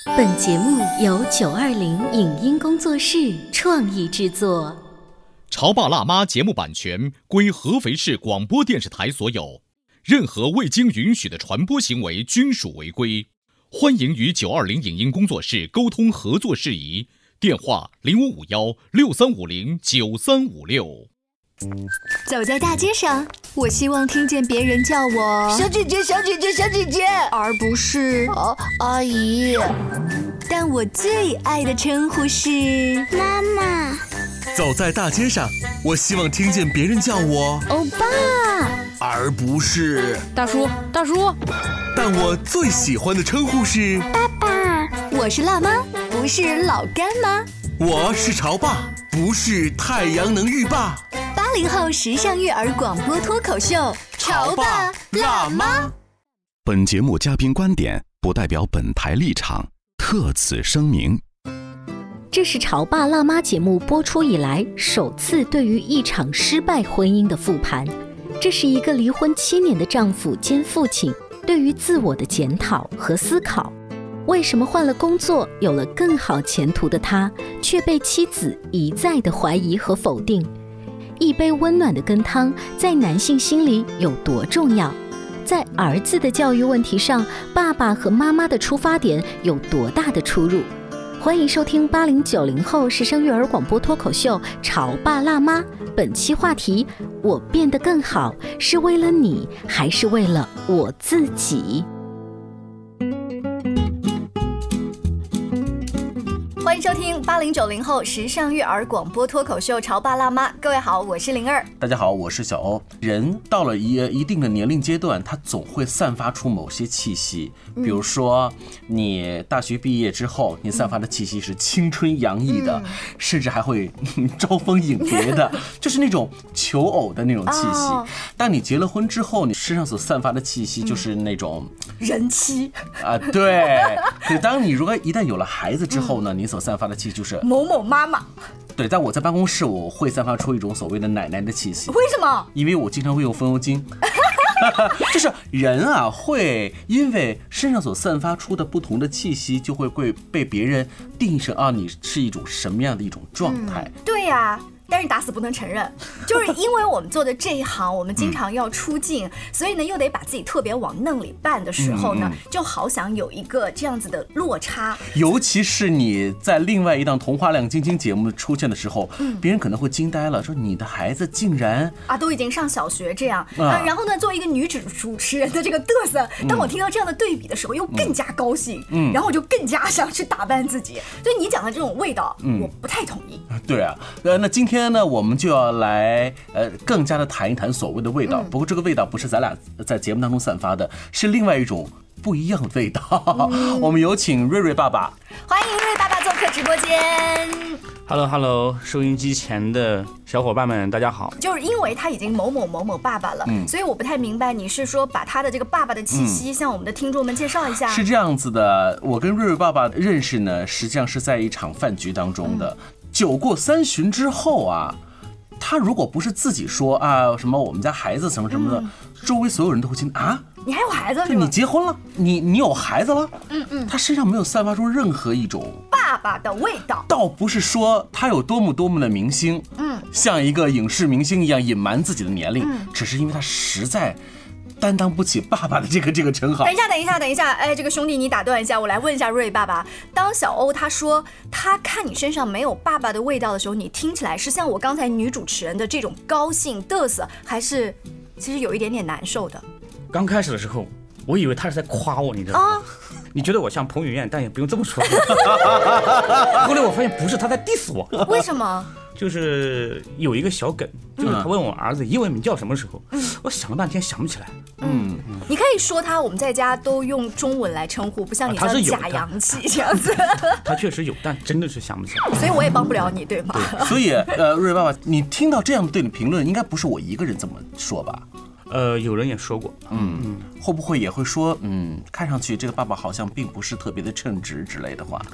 本节目由920影音工作室创意制作。 潮爸辣妈节目版权归合肥市广播电视台所有，任何未经允许的传播行为均属违规。欢迎与920影音工作室沟通合作事宜，电话055163509356。 走在大街上，我希望听见别人叫我小姐姐、小姐姐、小姐姐， 而不是阿姨。 但我最爱的称呼是妈妈。 走在大街上，我希望听见别人叫我欧巴， 而不是大叔。 但我最喜欢的称呼是爸爸。 我是辣妈，不是老干妈。 我是潮爸，不是太阳能浴霸。 80后时尚育儿广播脱口秀， 潮爸辣妈。 本节目嘉宾观点不代表本台立场，特此声明。 这是潮爸辣妈节目播出以来首次对于一场失败婚姻的复盘，这是一个离婚7年的丈夫兼父亲对于自我的检讨和思考。为什么换了工作，有了更好前途的他，却被妻子一再的怀疑和否定？一杯温暖的羹汤在男性心里有多重要？在儿子的教育问题上，爸爸和妈妈的出发点有多大的出入？欢迎收听80、90后时尚育儿广播脱口秀《潮爸辣妈》。本期话题：我变得更好，是为了你，还是为了我自己？ 欢迎收听80、90后时尚育儿广播脱口秀《潮爸辣妈》。各位好，我是灵儿。 大家好，我是小欧。人到了一定的年龄阶段，他总会散发出某些气息。比如说，你大学毕业之后，你散发的气息是青春洋溢的，甚至还会招蜂引蝶的，就是那种求偶的那种气息。当你结了婚之后，你身上所散发的气息就是那种人妻啊，对。可是当你如果一旦有了孩子之后呢，你所散发的气就是某某妈妈。 对，在我在办公室，我会散发出一种所谓的奶奶的气息。 为什么？因为我经常会用风油精。就是人啊，会因为身上所散发出的不同的气息，就会被别人定义成你是一种什么样的一种状态。 对呀。但是打死不能承认，就是因为我们做的这一行，我们经常要出镜，所以呢又得把自己特别往嫩里扮的时候呢，就好想有一个这样子的落差。 尤其是你在另外一档童话亮晶晶节目出现的时候，别人可能会惊呆了，说你的孩子竟然都已经上小学这样然后呢，作为一个女主持人的这个嘚瑟，当我听到这样的对比的时候，又更加高兴，然后我就更加想去打扮自己。所以你讲的这种味道，我不太同意。 对啊，那今天呢，我们就要来更加的谈一谈所谓的味道。不过这个味道不是咱俩在节目当中散发的，是另外一种不一样的味道。我们有请瑞瑞爸爸， 欢迎瑞瑞爸爸做客直播间。 Hello， 收音机前的小伙伴们，大家好。 就是因为他已经某某某某爸爸了，所以我不太明白，你是说把他的这个爸爸的气息向我们的听众们介绍一下？ 是这样子的，我跟瑞瑞爸爸认识呢，实际上是在一场饭局当中的。酒过3巡之后啊，他如果不是自己说什么我们家孩子什么什么的，周围所有人都会听你还有孩子？ 你结婚了，你有孩子了？他身上没有散发出任何一种爸爸的味道。 倒不是说他有多么的明星，像一个影视明星一样隐瞒自己的年龄，只是因为他实在担当不起爸爸的这个称号。 等一下，这个兄弟你打断一下，我来问一下瑞爸爸，当小欧他说他看你身上没有爸爸的味道的时候，你听起来是像我刚才女主持人的这种高兴嘚瑟，还是其实有一点点难受的？ 刚开始的时候，我以为他是在夸我，你知道吗？你觉得我像彭于晏，但也不用这么说。后来我发现不是，他在 diss 我。 为什么？ 就是有一个小梗，就是他问我儿子英文名叫什么时候，我想了半天想不起来。 你可以说我们在家都用中文来称呼，不像你像假洋气这样子。 他确实有，但真的是想不起来。 所以我也帮不了你，对吗？ 对，所以瑞爸爸，你听到这样对你评论，应该不是我一个人这么说吧？ 有人也说过， 会不会也会说，看上去这个爸爸好像并不是特别的称职之类的话？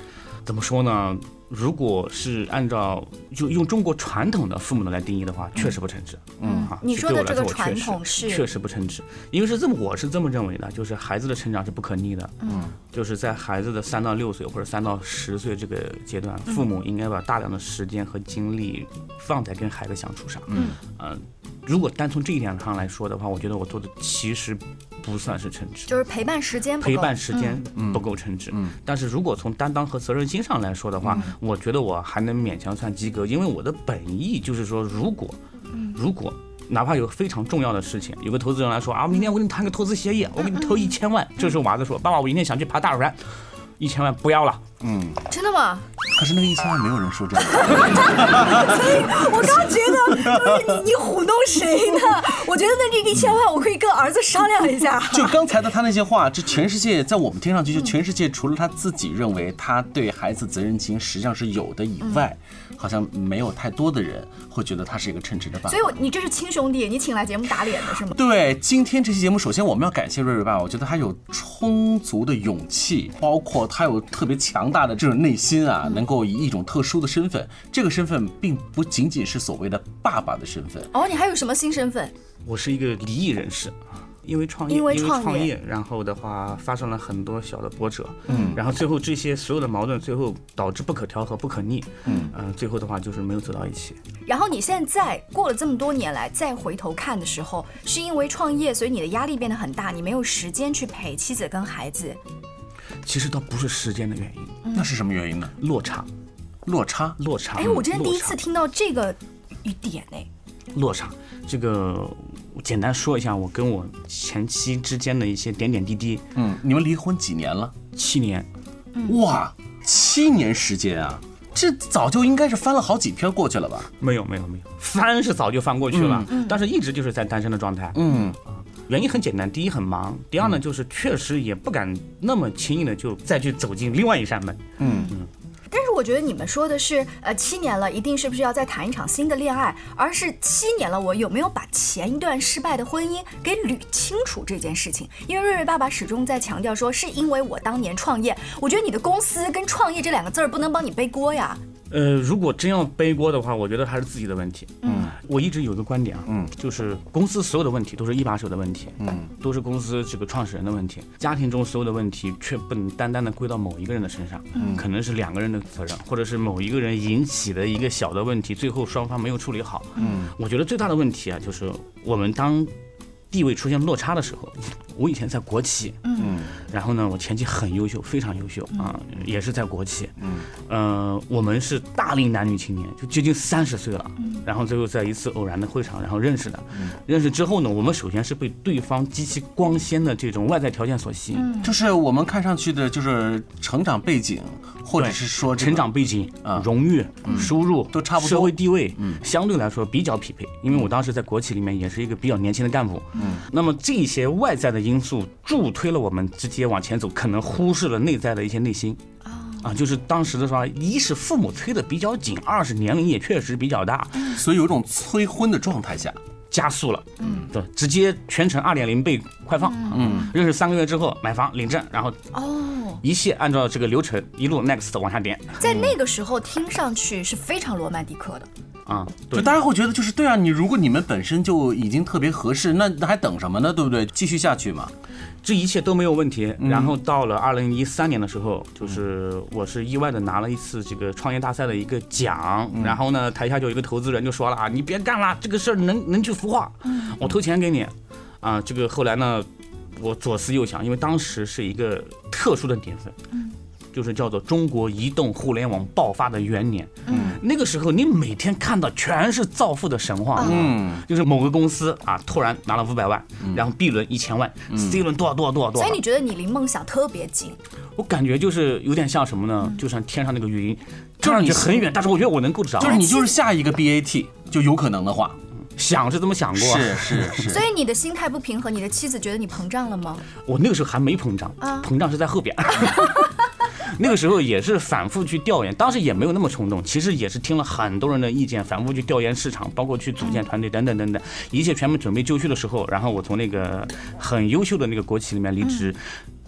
怎么说呢？如果是按照就用中国传统的父母的来定义的话，确实不称职。 你说的这个传统是确实不称职，因为我是这么认为的，就是孩子的成长是不可逆的。就是在孩子的3到6岁或者3到10岁这个阶段，父母应该把大量的时间和精力放在跟孩子相处上。如果单从这一点上来说的话，我觉得我做的其实不算是称职， 就是陪伴时间不够称职。但是如果从担当和责任心上来说的话，我觉得我还能勉强算及格，因为我的本意就是说，如果哪怕有非常重要的事情，有个投资人来说啊，明天我给你谈个投资协议，我给你投1000万，这时候我儿子说，爸爸，我明天想去爬大蜀山，1000万不要了。 真的吗？ 可是那个1000万没有人说真的。 所以我刚觉得你唬弄谁呢？我觉得那这1000万我可以跟儿子商量一下。 就刚才的他那些话，这全世界在我们听上去，就全世界除了他自己认为他对孩子责任心实际上是有的以外，好像没有太多的人会觉得他是一个称职的爸爸。 所以你这是亲兄弟，你请来节目打脸的是吗？ 对，今天这期节目，首先我们要感谢瑞瑞爸爸，我觉得他有充足的勇气，包括他有特别强大的这种内心啊，能够以一种特殊的身份，这个身份并不仅仅是所谓的爸爸的身份。 哦，你还有什么新身份？ 我是一个离异人士。因为创业，然后的话发生了很多小的波折，然后最后这些所有的矛盾，最后导致不可调和、不可逆，最后的话就是没有走到一起。 然后你现在过了这么多年来，再回头看的时候，是因为创业，所以你的压力变得很大，你没有时间去陪妻子跟孩子。 其实倒不是时间的原因， 那是什么原因呢？ 落差。 哎，我真的第一次听到这个语点哎。 落差，这个简单说一下我跟我前妻之间的一些点点滴滴。 你们离婚几年了 ？7年。 哇，7年时间啊！这早就应该是翻了好几篇过去了吧？ 没有，翻是早就翻过去了，但是一直就是在单身的状态。原因很简单，第一很忙，第二呢就是确实也不敢那么轻易的就再去走进另外一扇门。 但是我觉得你们说的是7年了，一定是不是要再谈一场新的恋爱，而是7年了，我有没有把前一段失败的婚姻给捋清楚这件事情？因为瑞瑞爸爸始终在强调说，是因为我当年创业。我觉得你的公司跟创业这2个字不能帮你背锅呀。 如果真要背锅的话，我觉得还是自己的问题。我一直有一个观点啊，就是公司所有的问题都是一把手的问题，都是公司这个创始人的问题。家庭中所有的问题却不能单单的归到某一个人的身上，可能是2个人的责任，或者是某一个人引起的一个小的问题，最后双方没有处理好。我觉得最大的问题啊，就是我们当地位出现落差的时候，我以前在国企，然后呢，我前妻很优秀，非常优秀啊，也是在国企，我们是大龄男女青年，就接近30岁了，然后最后在一次偶然的会场，然后认识的，认识之后呢，我们首先是被对方极其光鲜的这种外在条件所吸引， 就是我们看上去的就是成长背景，或者是说成长背景、荣誉、收入都差不多， 社会地位相对来说比较匹配，因为我当时在国企里面也是一个比较年轻的干部。那么这些外在的因素助推了我们直接往前走，可能忽视了内在的一些内心。就是当时的时候，一是父母催得比较紧，二是年龄也确实比较大， 所以有一种催婚的状态下加速了。对，直接全程2.0倍快放。认识3个月之后买房领证，然后一切按照这个流程一路 next 往下点。 在那个时候听上去是非常罗曼蒂克的。 对，大家会觉得就是对啊，如果你们本身就已经特别合适，那还等什么呢？对不对？继续下去嘛。 这一切都没有问题。然后到了2013年的时候，就是我是意外的拿了一次这个创业大赛的一个奖，然后呢，台下就有一个投资人就说了你别干了，这个事儿能去孵化，我投钱给你。这个后来呢，我左思右想，因为当时是一个特殊的年份。就是叫做中国移动互联网爆发的元年。那个时候你每天看到全是造富的神话。就是某个公司突然拿了500万，然后 B 轮1000万，C 轮多少。 所以你觉得你离梦想特别近？ 我感觉就是有点像什么呢？就像天上那个云，看上去很远，但是我觉得我能够着。 就是你就是下一个 BAT， 就有可能的话。 想是这么想过， 是。 所以你的心态不平和，你的妻子觉得你膨胀了吗？ 我那个时候还没膨胀，膨胀是在后边。那个时候也是反复去调研，当时也没有那么冲动，其实也是听了很多人的意见，反复去调研市场，包括去组建团队等等，一切全部准备就绪的时候，然后我从那个很优秀的那个国企里面离职。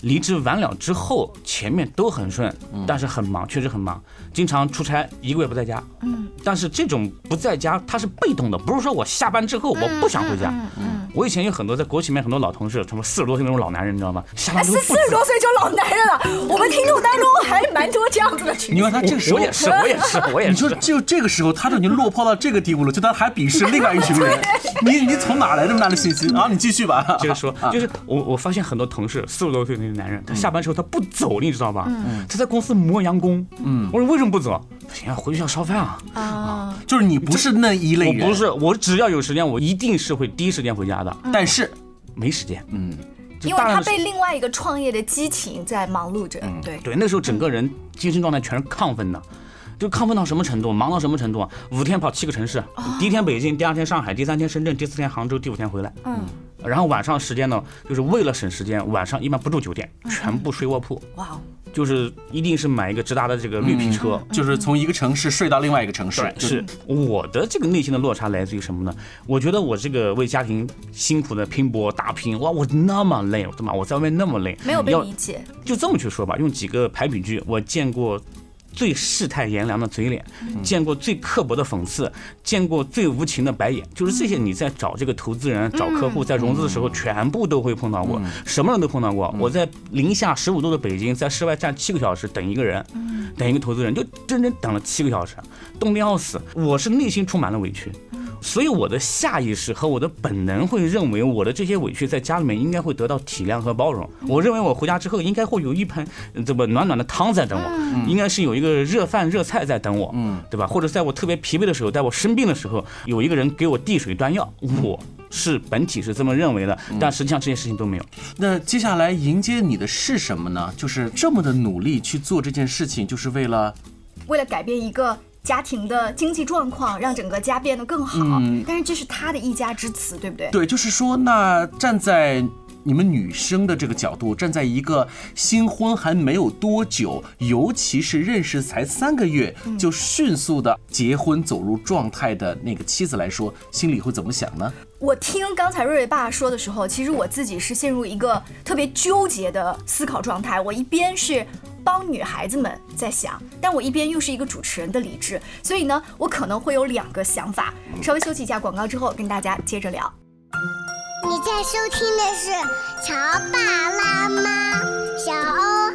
离职完了之后，前面都很顺，但是很忙，确实很忙，经常出差1个月不在家。但是这种不在家，他是被动的，不是说我下班之后我不想回家。我以前有很多在国企里面很多老同事，什么40多岁那种老男人，你知道吗？下班之后 40多岁就老男人了，我们听众当中还蛮多这样子的群体。 你看他这个时候， 我也是。 你说就这个时候，他都已经落魄到这个地步了，就他还鄙视另外一群人，你从哪来这么大的信心啊？你继续吧。 接着说，就是我发现很多同事40多岁的男人，他下班之后他不走，你知道吧？他在公司磨洋工。我说为什么不走？不行，回去要烧饭啊。 就是你不是那一类人。 我不是，我只要有时间，我一定是会第一时间回家的。 但是没时间。 因为他被另外一个创业的激情在忙碌着。 对，那时候整个人精神状态全是亢奋的。就亢奋到什么程度，忙到什么程度？5天跑7个城市，第1天北京，第2天上海，第3天深圳，第4天杭州，第5天回来。然后晚上时间呢，就是为了省时间，晚上一般不住酒店，全部睡卧铺。哇，就是一定是买一个直达的这个绿皮车， 就是从一个城市睡到另外一个城市。 是我的这个内心的落差来自于什么呢？我觉得我这个为家庭辛苦的拼搏打拼，哇，我那么累，我在外面那么累， 没有被理解。 就这么去说吧，用几个排比句，我见过最世态炎凉的嘴脸，见过最刻薄的讽刺，见过最无情的白眼，就是这些你在找这个投资人、找客户、在融资的时候，全部都会碰到过，什么人都碰到过。我在零下15度的北京，在室外站7个小时等一个人，等一个投资人，就整整等了7个小时，冻得要死。我是内心充满了委屈。所以我的下意识和我的本能会认为我的这些委屈在家里面应该会得到体谅和包容。我认为我回家之后应该会有一盆这么暖暖的汤在等我，应该是有一个热饭热菜在等我，对吧？或者在我特别疲惫的时候，在我生病的时候，有一个人给我递水端药。我是本体是这么认为的，但实际上这些事情都没有。 那接下来迎接你的是什么呢？就是这么的努力去做这件事情，就是为了改变一个家庭的经济状况，让整个家变得更好。但是这是他的一家之词，对不对？ 对，就是说，那站在你们女生的这个角度，站在一个新婚还没有多久，尤其是认识才3个月就迅速的结婚走入状态的那个妻子来说，心里会怎么想呢？ 我听刚才瑞瑞爸说的时候，其实我自己是陷入一个特别纠结的思考状态。我一边是帮女孩子们在想，但我一边又是一个主持人的理智，所以呢，我可能会有2个想法。稍微休息一下广告之后，跟大家接着聊。 你在收听的是《潮爸辣妈》，小欧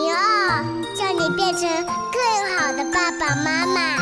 02，叫你变成更好的爸爸妈妈。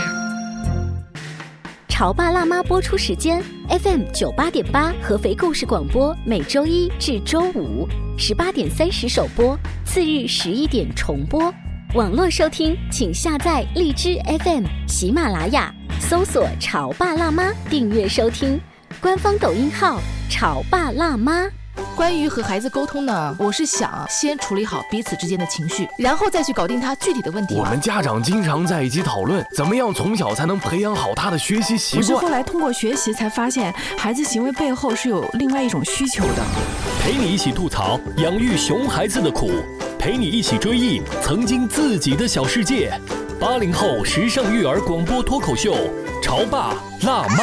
潮爸辣妈播出时间 FM 98.8合肥故事广播，每周1至周5 18点30首播，次日11点重播。网络收听请下载荔枝 FM、喜马拉雅，搜索潮爸辣妈订阅收听。官方抖音号潮爸辣妈。 关于和孩子沟通呢，我是想先处理好彼此之间的情绪，然后再去搞定他具体的问题。 我们家长经常在一起讨论，怎么样从小才能培养好他的学习习惯。 我是后来通过学习才发现，孩子行为背后是有另外一种需求的。 陪你一起吐槽养育熊孩子的苦，陪你一起追忆曾经自己的小世界。80后时尚育儿广播脱口秀，潮爸辣妈。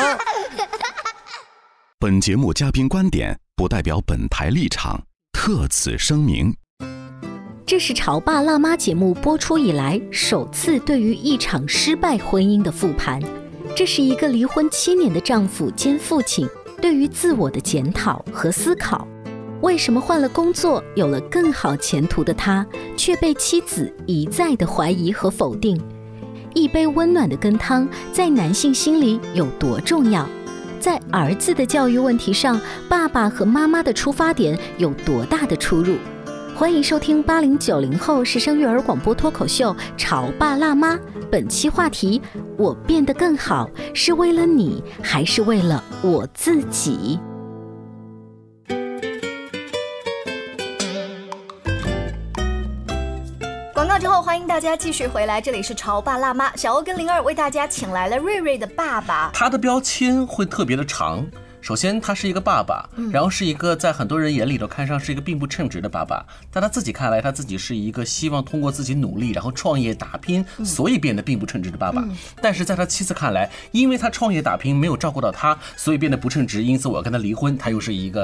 本节目嘉宾观点不代表本台立场，特此声明。 这是潮爸辣妈节目播出以来首次对于一场失败婚姻的复盘。这是一个离婚7年的丈夫兼父亲对于自我的检讨和思考。为什么换了工作，有了更好前途的他，却被妻子一再的怀疑和否定？一杯温暖的羹汤在男性心里有多重要？在儿子的教育问题上，爸爸和妈妈的出发点有多大的出入？欢迎收听80、90后时尚育儿广播脱口秀《潮爸辣妈》。本期话题：我变得更好，是为了你，还是为了我自己？ 广告之后，欢迎大家继续回来，这里是潮爸辣妈，小欧跟02为大家请来了瑞瑞的爸爸。 他的标签会特别的长。首先他是一个爸爸，然后是一个在很多人眼里头看上是一个并不称职的爸爸，但他自己看来，他自己是一个希望通过自己努力然后创业打拼，所以变得并不称职的爸爸。但是在他妻子看来，因为他创业打拼没有照顾到他，所以变得不称职，因此我要跟他离婚。他又是一个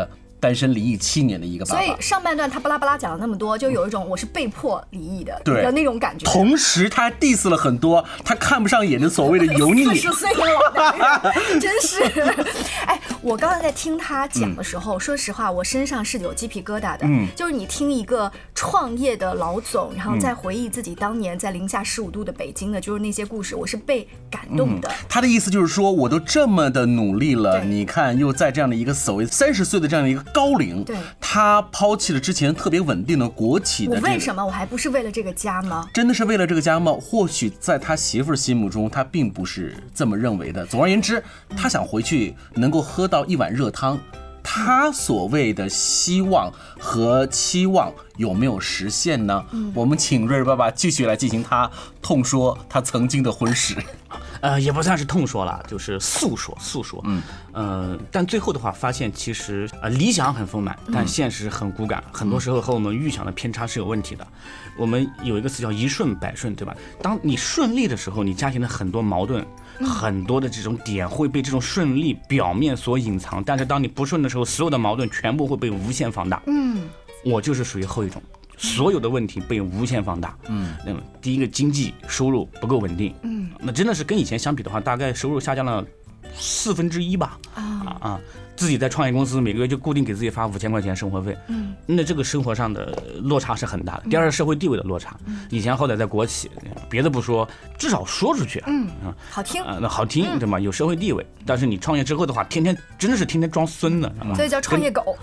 单身离异7年的一个爸爸。 所以上半段他巴拉巴拉讲了那么多，就有一种我是被迫离异的那种感觉。 同时他 diss 了很多他看不上眼的所谓的油腻。 40岁的老男人，真是。哎，我刚才在听他讲的时候，说实话，我身上是有鸡皮疙瘩的。就是你听一个创业的老总，然后再回忆自己当年在零下15度的北京的，就是那些故事，我是被感动的。 他的意思就是说，我都这么的努力了，你看又在这样的一个所谓30岁的这样的一个高龄， 对， 他抛弃了之前特别稳定的国企的。 我为什么？我还不是为了这个家吗？ 真的是为了这个家吗？或许在他媳妇儿心目中，他并不是这么认为的。总而言之，他想回去能够喝到一碗热汤。他所谓的希望和期望有没有实现呢？我们请瑞瑞爸爸继续来进行他痛说他曾经的婚史。 也不算是痛说了，就是诉说。但最后的话发现，其实理想很丰满，但现实很骨感，很多时候和我们预想的偏差是有问题的。我们有一个词叫一顺百顺，对吧？当你顺利的时候，你家庭的很多矛盾，很多的这种点会被这种顺利表面所隐藏，但是当你不顺的时候，所有的矛盾全部会被无限放大。我就是属于后一种。所有的问题被无限放大。那么第一个，经济收入不够稳定。那真的是跟以前相比的话，大概收入下降了1/4吧。自己在创业公司每个月就固定给自己发5000块钱生活费。那这个生活上的落差是很大的。第二，社会地位的落差。以前好歹在国企，别的不说，至少说出去好听那好听，对吗？有社会地位。但是你创业之后的话，天天真的是天天装孙子， 所以叫创业狗。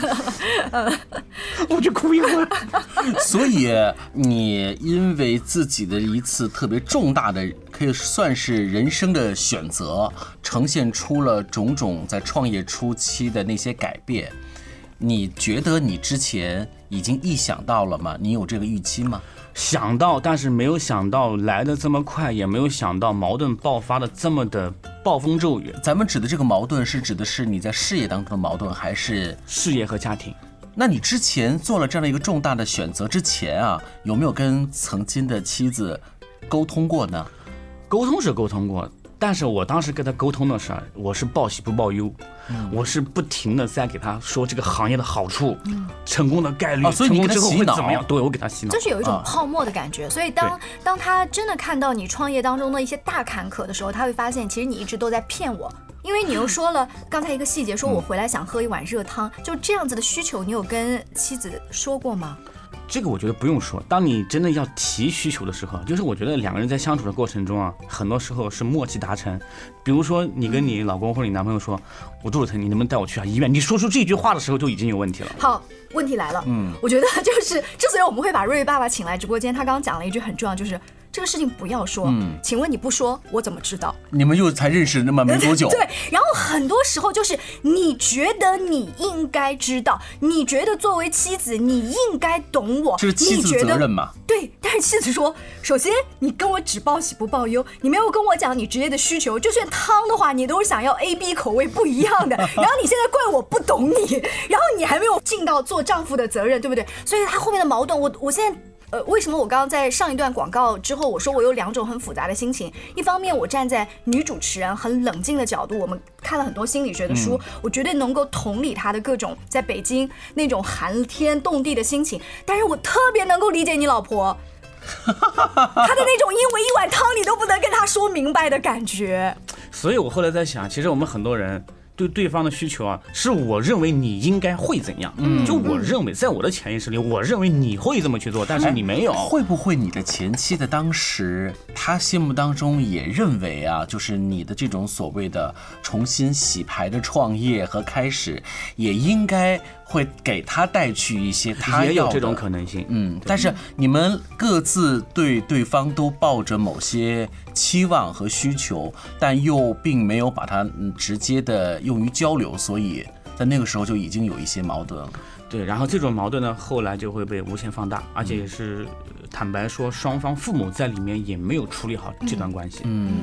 我就哭一会儿。 所以你因为自己的一次特别重大的，可以算是人生的选择，呈现出了种种在创业初期的那些改变。你觉得你之前已经预想到了吗？你有这个预期吗？ 想到，但是没有想到来得这么快，也没有想到矛盾爆发的这么的暴风骤雨。 咱们指的这个矛盾是指的是你在事业当中的矛盾，还是事业和家庭？ 那你之前做了这样的一个重大的选择之前啊，有没有跟曾经的妻子沟通过呢？ 沟通是沟通过，但是我当时跟他沟通的时候，我是报喜不报忧。我是不停的在给他说这个行业的好处，成功的概率， 所以你给他洗脑， 成功之后会怎么样？对，我给他洗脑， 就是有一种泡沫的感觉。所以当他真的看到你创业当中的一些大坎坷的时候，他会发现其实你一直都在骗我。因为你又说了刚才一个细节，说我回来想喝一碗热汤，就这样子的需求，你有跟妻子说过吗？ 这个我觉得不用说。当你真的要提需求的时候，就是我觉得两个人在相处的过程中啊，很多时候是默契达成。比如说你跟你老公或者你男朋友说，我肚子疼，你能不能带我去医院？你说出这句话的时候就已经有问题了。 好，问题来了。我觉得就是之所以我们会把瑞瑞爸爸请来直播间，他刚刚讲了一句很重要，就是这个事情不要说。请问你不说，我怎么知道？ 你们又才认识那么没多久。 对，然后很多时候就是你觉得你应该知道，你觉得作为妻子你应该懂我， 这是妻子的责任嘛？ 对，但是妻子说，首先你跟我只报喜不报忧，你没有跟我讲你职业的需求，就算汤的话，你都是想要 A、B 口味不一样的，然后你现在怪我不懂你，然后你还没有尽到做丈夫的责任，对不对？所以他后面的矛盾，我现在。为什么我刚刚在上一段广告之后，我说我有2种很复杂的心情？一方面，我站在女主持人很冷静的角度，我们看了很多心理学的书，我绝对能够同理她的各种在北京那种寒天冻地的心情。但是我特别能够理解你老婆，她的那种因为一碗汤你都不能跟她说明白的感觉。 所以我后来在想，其实我们很多人对对方的需求啊，是我认为你应该会怎样，就我认为在我的潜意识里，我认为你会这么去做，但是你没有。 会不会你的前妻的当时，他心目当中也认为啊，就是你的这种所谓的重新洗牌的创业和开始，也应该会给他带去一些他要的， 也有这种可能性。 但是你们各自对对方都抱着某些期望和需求，但又并没有把它直接的用于交流，所以在那个时候就已经有一些矛盾了。 对，然后这种矛盾呢，后来就会被无限放大，而且也是坦白说，双方父母在里面也没有处理好这段关系。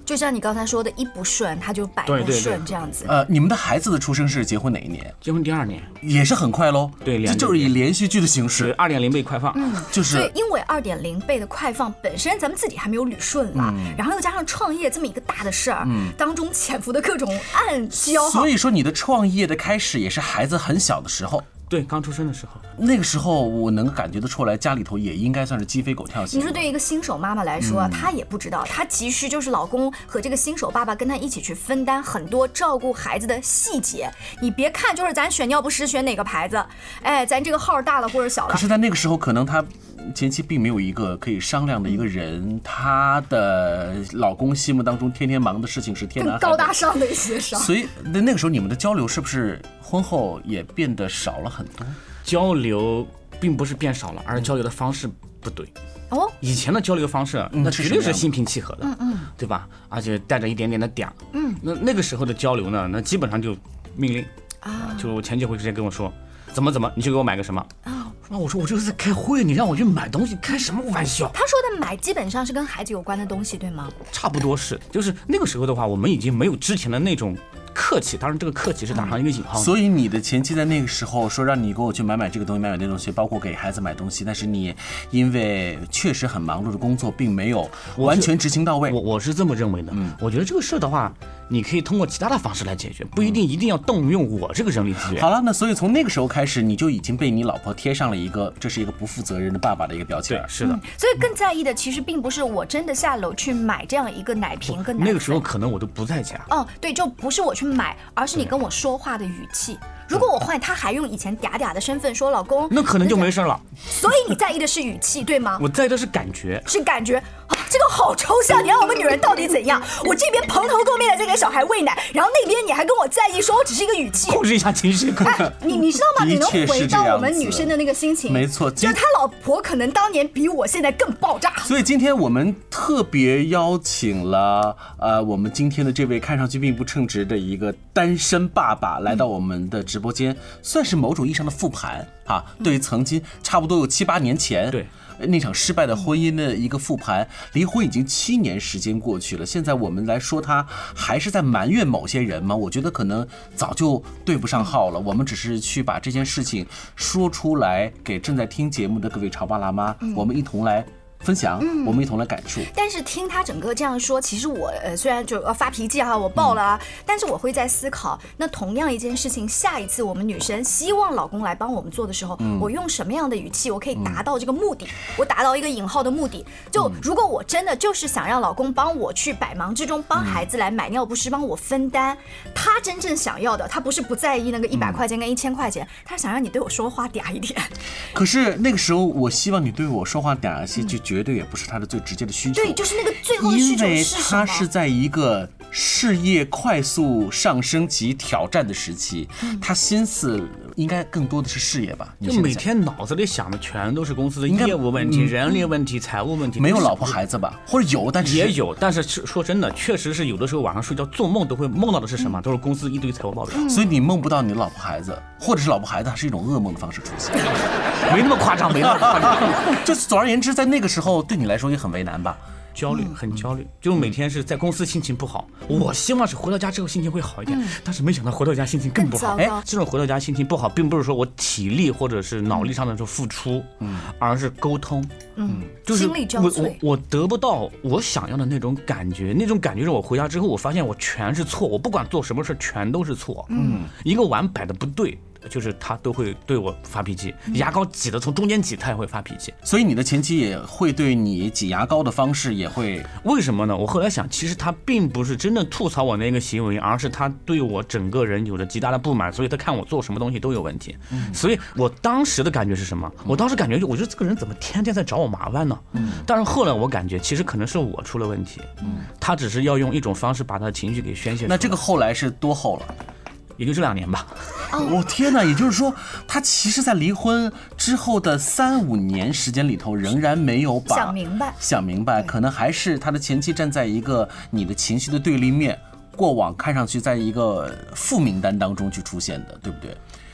就像你刚才说的，一不顺他就百不顺这样子。 你们的孩子的出生是结婚哪一年？ 结婚第2年， 也是很快喽。 对， 这就是以连续剧的形式 ，2.0倍快放。 就是所以因为2.0倍的快放本身咱们自己还没有捋顺啦，然后又加上创业这么一个大的事儿，当中潜伏的各种暗礁。 所以说你的创业的开始也是孩子很小的时候。 对，刚出生的时候， 那个时候我能感觉得出来，家里头也应该算是鸡飞狗跳型。 你说对于一个新手妈妈来说，她也不知道，她急需就是老公和这个新手爸爸跟她一起去分担很多照顾孩子的细节。你别看就是咱选尿不湿选哪个牌子，哎，咱这个号大了或者小了。 可是在那个时候，可能她前期并没有一个可以商量的一个人，她的老公心目当中天天忙的事情是天南海北， 更高大上的一些事。 所以那个时候你们的交流是不是婚后也变得少了很多？ 交流并不是变少了，而是交流的方式不对。以前的交流方式，那绝对是心平气和的，对吧？而且带着一点点的嗲，那个时候的交流呢，那基本上就命令啊，就我前几回直接跟我说，怎么，你去给我买个什么啊？我说我就是在开会，你让我去买东西，开什么玩笑？ 他说的买基本上是跟孩子有关的东西，对吗？ 差不多是，就是那个时候的话，我们已经没有之前的那种客气，当然这个客气是打上一个引号。 所以你的前妻在那个时候说让你给我去买这个东西，买那个东西，包括给孩子买东西，但是你因为确实很忙碌的工作，并没有完全执行到位。 我是这么认为的。我觉得这个事的话，你可以通过其他的方式来解决，不一定要动用我这个人力资源。 好了，那所以从那个时候开始，你就已经被你老婆贴上了一个这是一个不负责任的爸爸的一个标签。 对，是的。 所以更在意的其实并不是我真的下楼去买这样一个奶瓶跟奶粉， 那个时候可能我都不在家。 对，就不是我去买，而是你跟我说话的语气。如果我换，他还用以前嗲嗲的身份说老公， 那可能就没事了。 所以你在意的是语气，对吗？ 我在意的是感觉， 这个好抽象，你让我们女人到底怎样？我这边蓬头垢面的在给小孩喂奶，然后那边你还跟我在意，说我只是一个语气， 控制一下情绪。 你知道吗？你能回到我们女生的那个心情？ 没错， 就是他老婆可能当年比我现在更爆炸。 所以今天我们特别邀请了我们今天的这位看上去并不称职的一个单身爸爸来到我们的直播间，算是某种意义上的复盘啊，对于曾经差不多有7、8年前对那场失败的婚姻的一个复盘。离婚已经7年时间过去了，现在我们来说他还是在埋怨某些人吗？我觉得可能早就对不上号了。我们只是去把这件事情说出来，给正在听节目的各位潮爸辣妈，我们一同来分享，我们一同来感触。 但是听他整个这样说，其实我虽然就发脾气哈，我爆了啊，但是我会在思考，那同样一件事情，下一次我们女生希望老公来帮我们做的时候，我用什么样的语气，我可以达到这个目的？我达到一个引号的目的。就如果我真的就是想让老公帮我去百忙之中帮孩子来买尿不湿，帮我分担，他真正想要的，他不是不在意那个100块钱跟1000块钱，他想让你对我说话嗲一点。 可是那个时候，我希望你对我说话嗲一些，就绝对也不是他的最直接的需求。 对，就是那个最后的需求是什么？ 因为他是在一个事业快速上升及挑战的时期，他心思应该更多的是事业吧？ 就每天脑子里想的全都是公司的业务问题、人力问题、财务问题。 没有老婆孩子吧？或者有，但是也有，但是说真的，确实是有的时候晚上睡觉做梦都会梦到的是什么？都是公司一堆财务报表。 所以你梦不到你的老婆孩子，或者是老婆孩子，是一种噩梦的方式出现。 没那么夸张，没那么夸张。 就是总而言之，在那个时候对你来说也很为难吧？ 焦虑，很焦虑，就每天是在公司心情不好，我希望是回到家之后心情会好一点，但是没想到回到家心情更不好。这种回到家心情不好，并不是说我体力或者是脑力上的付出，而是沟通，就是心力交瘁。 我得不到我想要的那种感觉，那种感觉是我回家之后，我发现我全是错，我不管做什么事全都是错，一个碗摆的不对。就是他都会对我发脾气，牙膏挤的从中间挤，他也会发脾气。 所以你的前妻也会对你挤牙膏的方式也会， 为什么呢？我后来想，其实他并不是真的吐槽我那个行为，而是他对我整个人有着极大的不满，所以他看我做什么东西都有问题。所以我当时的感觉是什么？我当时感觉我觉得这个人怎么天天在找我麻烦呢？但是后来我感觉其实可能是我出了问题，他只是要用一种方式把他的情绪给宣泄出来。 那这个后来是多后了？ 也就这2年吧。 我天哪！也就是说，他其实在离婚之后的3、5年时间里头，仍然没有把想明白，可能还是他的前妻站在一个你的情绪的对立面，过往看上去在一个负名单当中去出现的，对不对？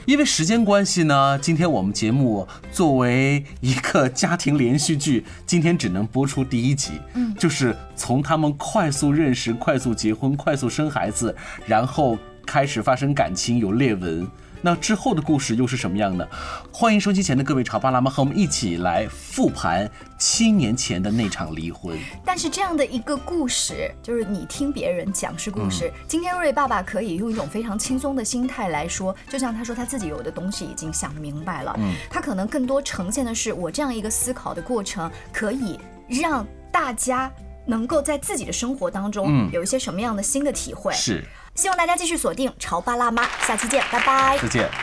因为时间关系呢，今天我们节目作为一个家庭连续剧，今天只能播出第1集，就是从他们快速认识、快速结婚、快速生孩子，然后开始发生感情，有裂纹。那之后的故事又是什么样呢？欢迎收机前的各位潮爸辣妈和我们一起来复盘7年前的那场离婚。 但是这样的一个故事，就是你听别人讲是故事，今天瑞爸爸可以用一种非常轻松的心态来说，就像他说他自己有的东西已经想明白了，他可能更多呈现的是我这样一个思考的过程，可以让大家能够在自己的生活当中有一些什么样的新的体会。 是， 希望大家继续锁定潮爸辣妈，下期见，拜拜， 再见。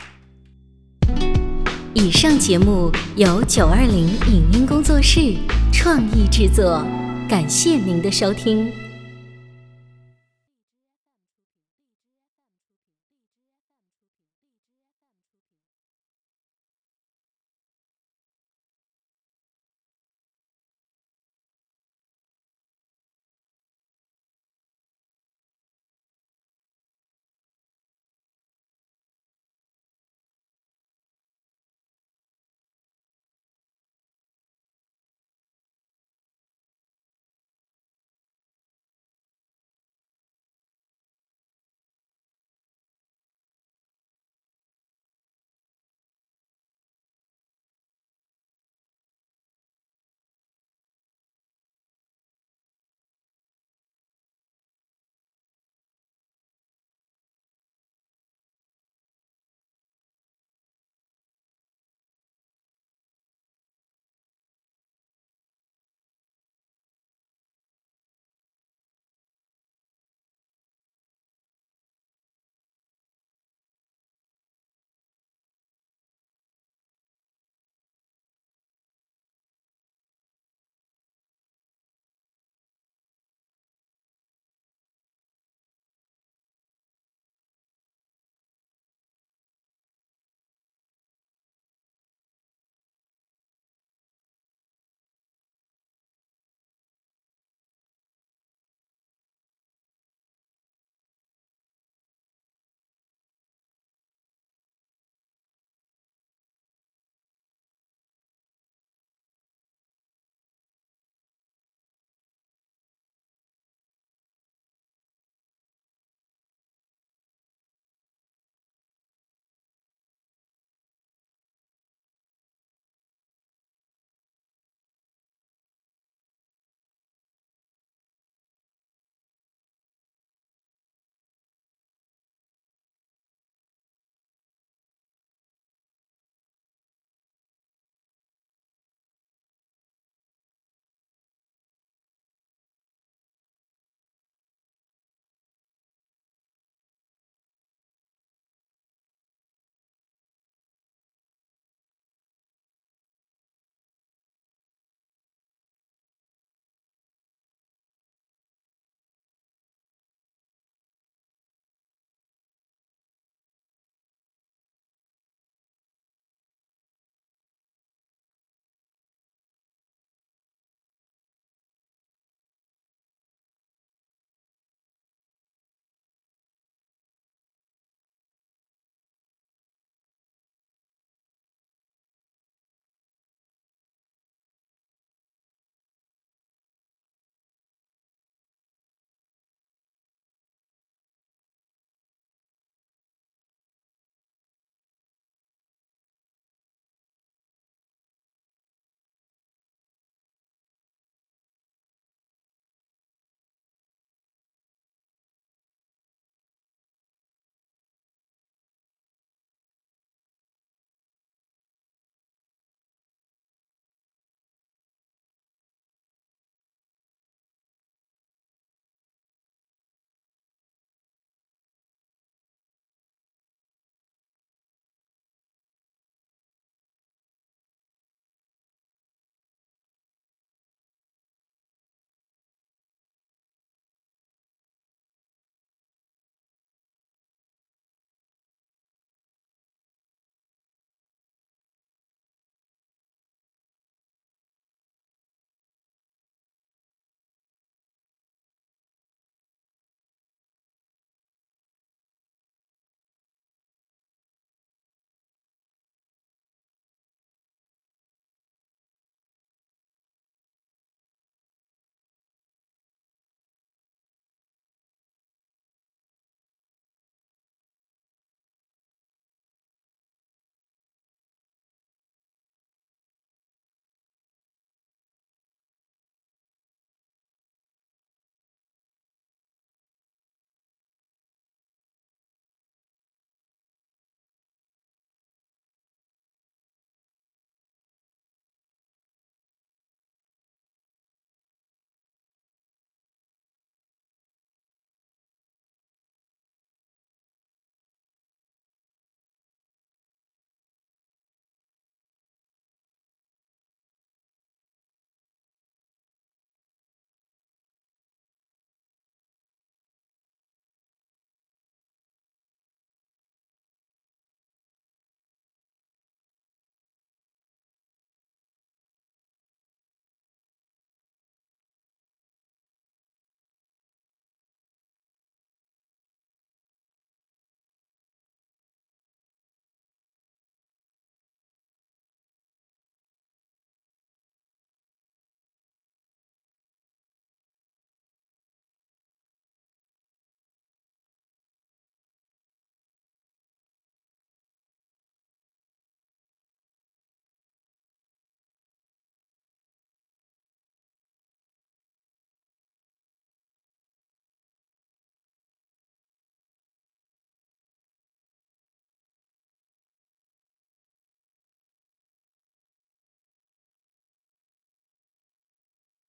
以上节目由920影音工作室创意制作，感谢您的收听。